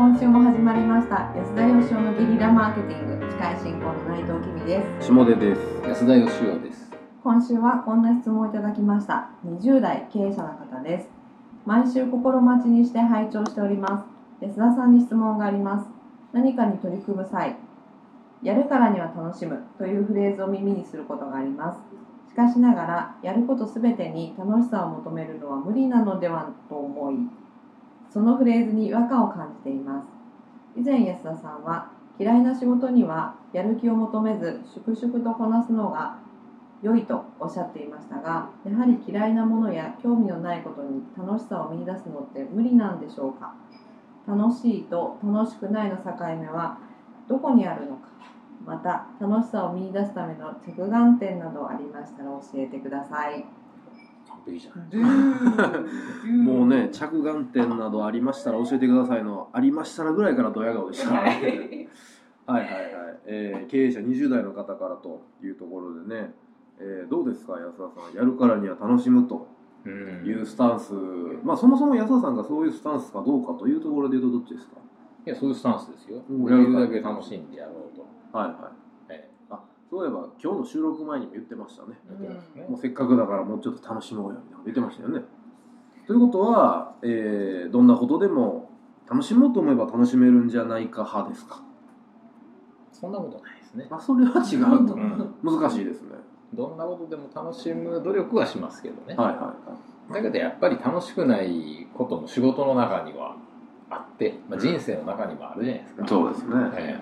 今週も始まりました安田義雄のゲリラマーケティング、司会進行の内藤きみです。 下出です。 安田義雄です。 今週はこんな質問をいただきました。20代経営者の方です。毎週心待ちにして拝聴しております。安田さんに質問があります。何かに取り組む際、やるからには楽しむというフレーズを耳にすることがあります。しかしながら、やることすべてに楽しさを求めるのは無理なのではと思い、そのフレーズに違和感を感じています。以前安田さんは、嫌いな仕事にはやる気を求めず粛々とこなすのが良いとおっしゃっていましたが、やはり嫌いなものや興味のないことに楽しさを見出すのって無理なんでしょうか。楽しいと楽しくないの境目はどこにあるのか、また楽しさを見出すための着眼点などありましたら教えてください。 完璧じゃないもうね、着眼点などありましたら教えてくださいのありましたらぐらいからドヤ顔でしたはいはいはい、経営者20代の方からというところでね、どうですか安田さん、やるからには楽しむというスタンス、まあそもそも安田さんがそういうスタンスかどうかというところで言うとどっちですか。 いや、そういうスタンスですよ。やるだけ楽しんでやろうと。 はいはい、そういえば今日の収録前にも言ってましたね、もうせっかくだからもうちょっと楽しもうよみたいなこと言ってましたよね。ということは、どんなことでも楽しもうと思えば楽しめるんじゃないか派ですか。 そんなことないですね。 それは違うと、難しいですね。 どんなことでも楽しむ努力はしますけどね、 だけどやっぱり楽しくないことも仕事の中にはあって、人生の中にもあるじゃないですか。 そうですね、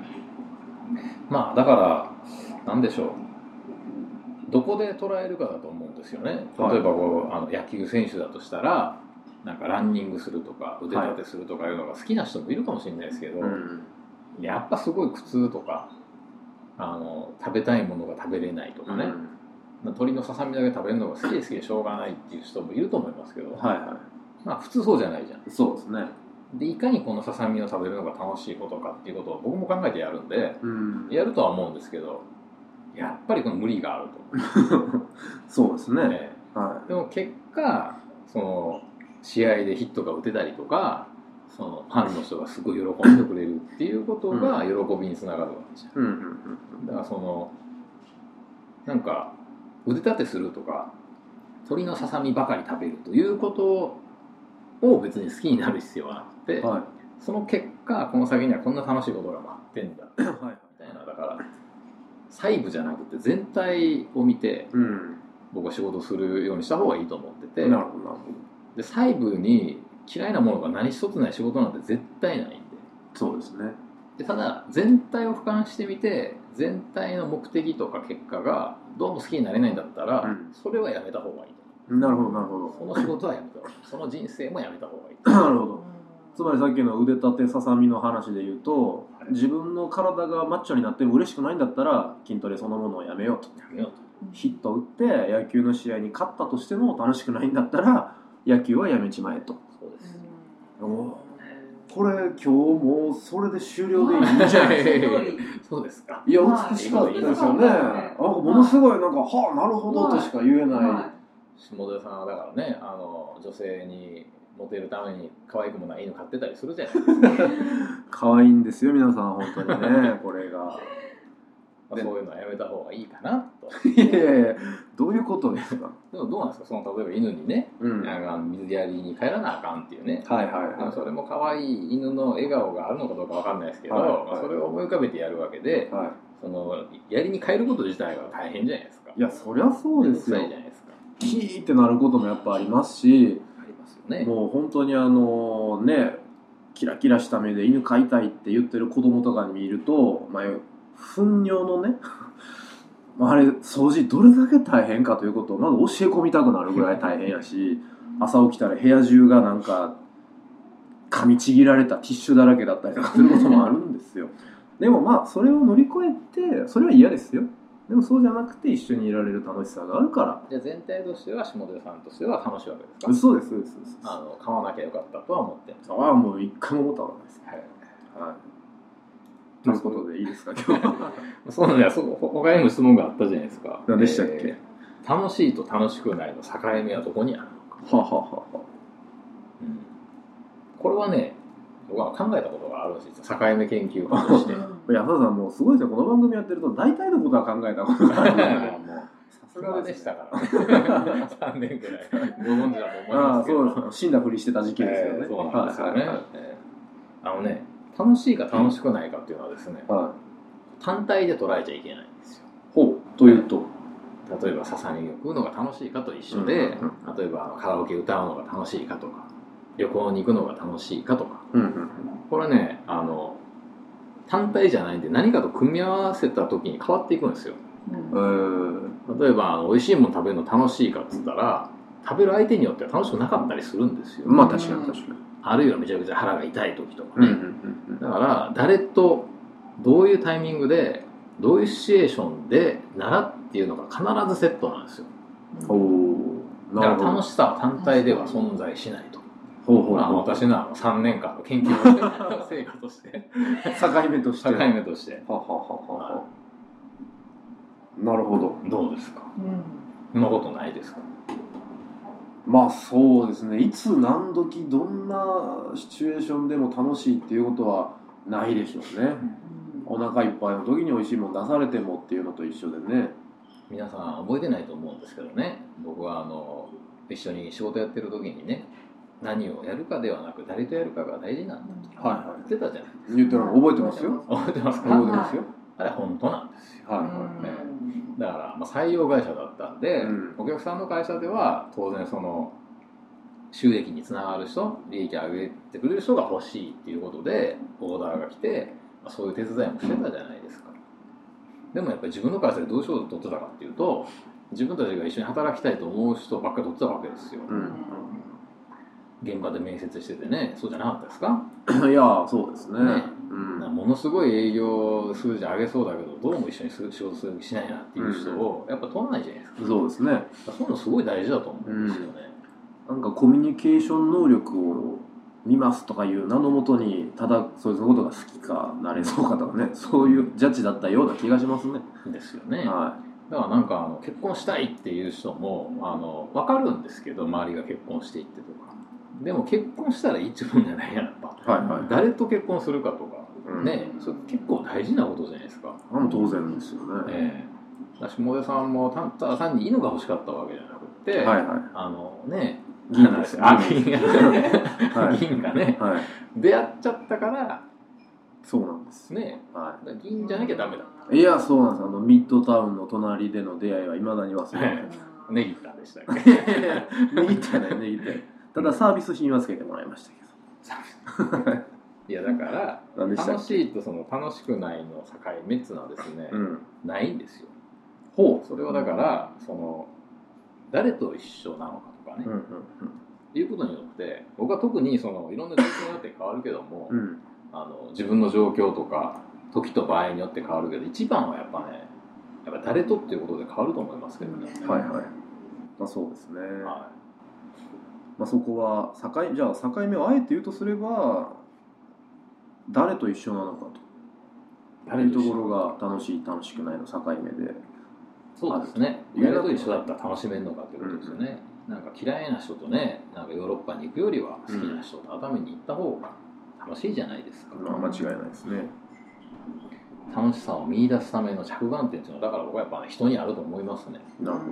だからなんでしょう、どこで捉えるかだと思うんですよね。例えば野球選手だとしたら、なんかランニングするとか腕立てするとかいうのが好きな人もいるかもしれないですけど、やっぱすごい苦痛とか食べたいものが食べれないとかね、鶏のささみだけ食べるのが好きでしょうがないっていう人もいると思いますけど、普通そうじゃないじゃん。 そうですね。 でいかにこのささみを食べるのが楽しいことかっていうことを僕も考えてやるんで、やるとは思うんですけど、やっぱりこの無理があるとそうですね、 でも結果その試合でヒットが打てたりとか、そのファンの人がすごい喜んでくれるっていうことが喜びにつながるわけじゃん。だからそのなんか腕立てするとか鶏のささみばかり食べるということを別に好きになる必要はなくて、その結果この先にはこんな楽しいことが待ってんだみたいな、だから細部じゃなくて全体を見て、僕は仕事するようにした方がいいと思ってて、 なるほどで細部に嫌いなものが何一つない仕事なんて絶対ないんで。そうですね。でただ全体を俯瞰してみて、全体の目的とか結果がどうも好きになれないんだったら、それはやめた方がいいと。 なるほどなるほど。 その仕事はやめた方がいい。その人生もやめた方がいいと。 なるほど。つまりさっきの腕立てささみの話で言うと、自分の体がマッチョになっても嬉しくないんだったら筋トレそのものをやめようと。ヒット打って野球の試合に勝ったとしても楽しくないんだったら野球はやめちまえと。そうです。これ今日もうそれで終了でいいんじゃないですか。 そうですか。 いや美しかったですよね。ものすごいなんかはあなるほどとしか言えない。 下出さんはだからね、女性にモテるために可愛くもない犬飼ってたりするじゃないですか。 可愛いんですよ皆さん本当にねこれが。 そういうのはやめた方がいいかなと。 いやどういうことですか。 でもどうなんですか、その例えば犬にね、水やりに帰らなあかんっていうね、それも可愛い犬の笑顔があるのかどうかわかんないですけど、それを思い浮かべてやるわけで、そのやりに帰ること自体が大変じゃないですか。 いやそりゃそうですよ。 じゃないですか。 キーってなることもやっぱありますし、 ね、 もう本当にキラキラした目で犬飼いたいって言ってる子供とかに見ると、糞尿のねあれ掃除どれだけ大変かということをまず教え込みたくなるぐらい大変やし、朝起きたら部屋中がなんか噛みちぎられたティッシュだらけだったりとかすることもあるんですよ。でもそれを乗り越えて、それは嫌ですよ。でもそうじゃなくて一緒にいられる楽しさがあるから。 じゃあ全体としては下出さんとしては楽しいわけですか。 そうです買わなきゃよかったとは思ってるんですか。 もう一回も思ったことないです。ということでいいですか今日は。 そうなんだ。他にも質問があったじゃないですか。 何でしたっけ。 楽しいと楽しくないの境目はどこにあるのか。これはね、 僕は考えたことがあるんですよ、境目研究家として安田さんもうすごいですよ、この番組やってると大体のことは考えたことがあるもうさすがでしたからね3年ぐらいご存知だと思いますけど。 そうです、死んだふりしてた時期ですよね。 そうなんですよね、楽しいか楽しくないかっていうのはですね、単体で捉えちゃいけないんですよ。 ほうというと、 例えばささみを食うのが楽しいかと一緒で、例えばカラオケ歌うのが楽しいかとか、旅行に行くのが楽しいかとか、これね単体じゃないんで何かと組み合わせた時に変わっていくんですよ。例えば美味しいもの食べるの楽しいかっつったら、食べる相手によっては楽しくなかったりするんですよ。 まあ確かに確かに。 あるいはめちゃくちゃ腹が痛い時とかね、だから誰とどういうタイミングでどういうシチュエーションでならっていうのが必ずセットなんですよ。だから楽しさは単体では存在しないと。私の3年間の研究の成果として境目としてなるほど。 どうですか、そんなことないですか？ まあそうですね、いつ何時どんなシチュエーションでも楽しいっていうことはないでしょうね。お腹いっぱいの時に美味しいもの出されてもっていうのと一緒でね。 皆さん覚えてないと思うんですけどね、僕は一緒に仕事やってる時にね、何をやるかではなく誰とやるかが大事なんだと言ってたじゃないですか。 言ってるの覚えてますよ。 覚えてますか？ 覚えてますよ。 あれ本当なんですよ。だから採用会社だったんで、お客さんの会社では当然その収益につながる人、利益を上げてくれる人が欲しいっていうことでオーダーが来て、そういう手伝いもしてたじゃないですか。でもやっぱり自分の会社でどういう仕事を取ってたかっていうと、自分たちが一緒に働きたいと思う人ばっかり取ってたわけですよ。現場で面接しててね、そうじゃなかったですか？ いやそうですね。 ものすごい営業数字上げそうだけど、どうも一緒に仕事する気しないなっていう人をやっぱ取らないじゃないですか。 そうですね。 そういうのすごい大事だと思うんですよね。 なんかコミュニケーション能力を見ますとかいう名のもとに、ただそいつのことが好きかなれそうかとかね、そういうジャッジだったような気がしますね。 ですよね。だからなんか結婚したいっていう人も分かるんですけど、周りが結婚していってとか。でも結婚したらいいってもんじゃないやっぱ。誰と結婚するかとかね、それ結構大事なことじゃないですか。 当然ですよね。 下出さんもただ単に犬が欲しかったわけじゃなくて、 銀ですよね。銀がね、出会っちゃったから。 そうなんですね。銀じゃなきゃダメだ。 いやそうなんです。ミッドタウンの隣での出会いはいまだに忘れない。 ネギタンでしたっけ？ ネギタンね、ネギタン。ただサービス品はつけてもらいましたけど。 いやだから楽しいとその楽しくないの境目っていうのはですね、ないんですよ。それはだからその誰と一緒なのかとかね、いうことによって僕は特にそのいろんな状況によって変わるけども、自分の状況とか時と場合によって変わるけど、一番はやっぱ誰とっていうことで変わると思いますけどね。 そうですね。そこはじゃあ境目をあえて言うとすれば誰と一緒なのかというところが楽しい楽しくないの境目で。 そうですね。誰と一緒だったら楽しめるのかっていうことですよね。なんか嫌いな人とね、なんかヨーロッパに行くよりは好きな人と熱海に行った方が楽しいじゃないですか。 間違いないですね。 楽しさを見出すための着眼点っていうのはだから僕はやっぱ人にあると思いますね。 なるほ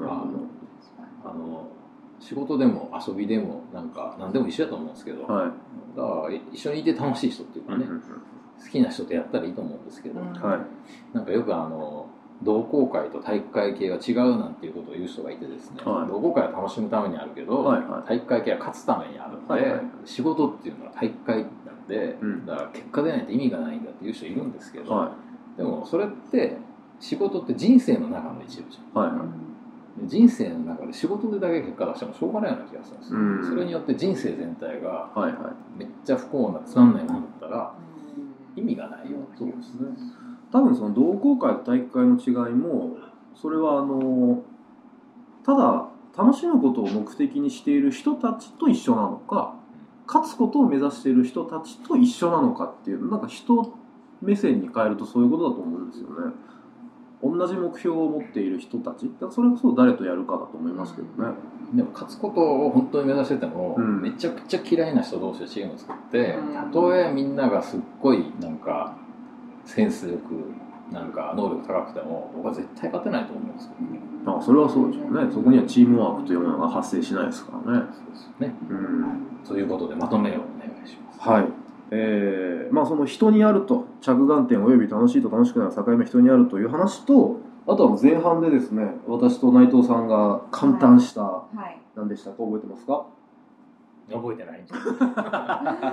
ど。仕事でも遊びでもなんか何でも一緒だと思うんですけど、だから一緒にいて楽しい人っていうかね、好きな人とやったらいいと思うんですけど、なんかよく同好会と体育会系は違うなんていうことを言う人がいてですね、同好会は楽しむためにあるけど、体育会系は勝つためにあるので、仕事っていうのは体育会なんで、だから結果出ないと意味がないんだっていう人いるんですけど、でもそれって仕事って人生の中の一部じゃん。人生の中で仕事でだけ結果出してもしょうがないような気がするんですよ。それによって人生全体がめっちゃ不幸なつまんないものだったら意味がないような気がする。 多分その同好会と体育会の違いも、それはただ楽しむことを目的にしている人たちと一緒なのか、勝つことを目指している人たちと一緒なのかっていう、なんか人目線に変えるとそういうことだと思うんですよね。 同じ目標を持っている人たち、だからそれこそ誰とやるかだと思いますけどね。 でも勝つことを本当に目指してても、めちゃくちゃ嫌いな人同士でチームを作って、たとえみんながすっごいなんかセンスよくなんか能力高くても僕は絶対勝てないと思うんですよね。 それはそうでしょうね。そこにはチームワークというものが発生しないですからね。 そうですよね。ということでまとめをお願いします。 はい。その人にあると着眼点および楽しいと楽しくない境目人にあるという話と、あとは前半でですね、私と内藤さんが感嘆した、何でしたか、覚えてますか？ 覚えてないんじゃ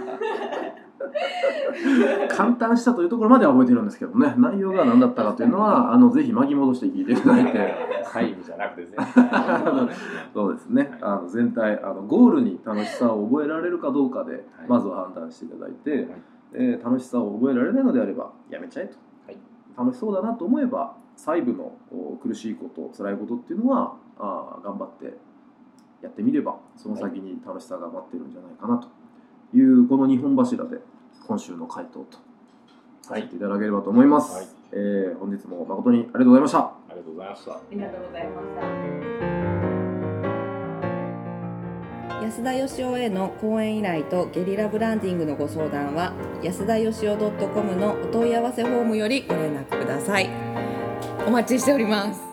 感嘆したというところまでは覚えてるんですけどね、内容が何だったかというのはぜひ巻き戻して聞いていただいて細部じゃなくて全体そうですね、全体ゴールに楽しさを覚えられるかどうかで、まずは判断していただいて、楽しさを覚えられないのであればやめちゃえと、楽しそうだなと思えば細部の苦しいこと辛いことっていうのは頑張ってやってみればその先に楽しさが待ってるんじゃないかなというこの2本柱で今週の回答とさせていただければと思います。本日も誠にありがとうございました。 ありがとうございました。 ありがとうございました。安田義雄への講演依頼とゲリラブランディングのご相談は安田義雄 .com のお問い合わせフォームよりご連絡ください。お待ちしております。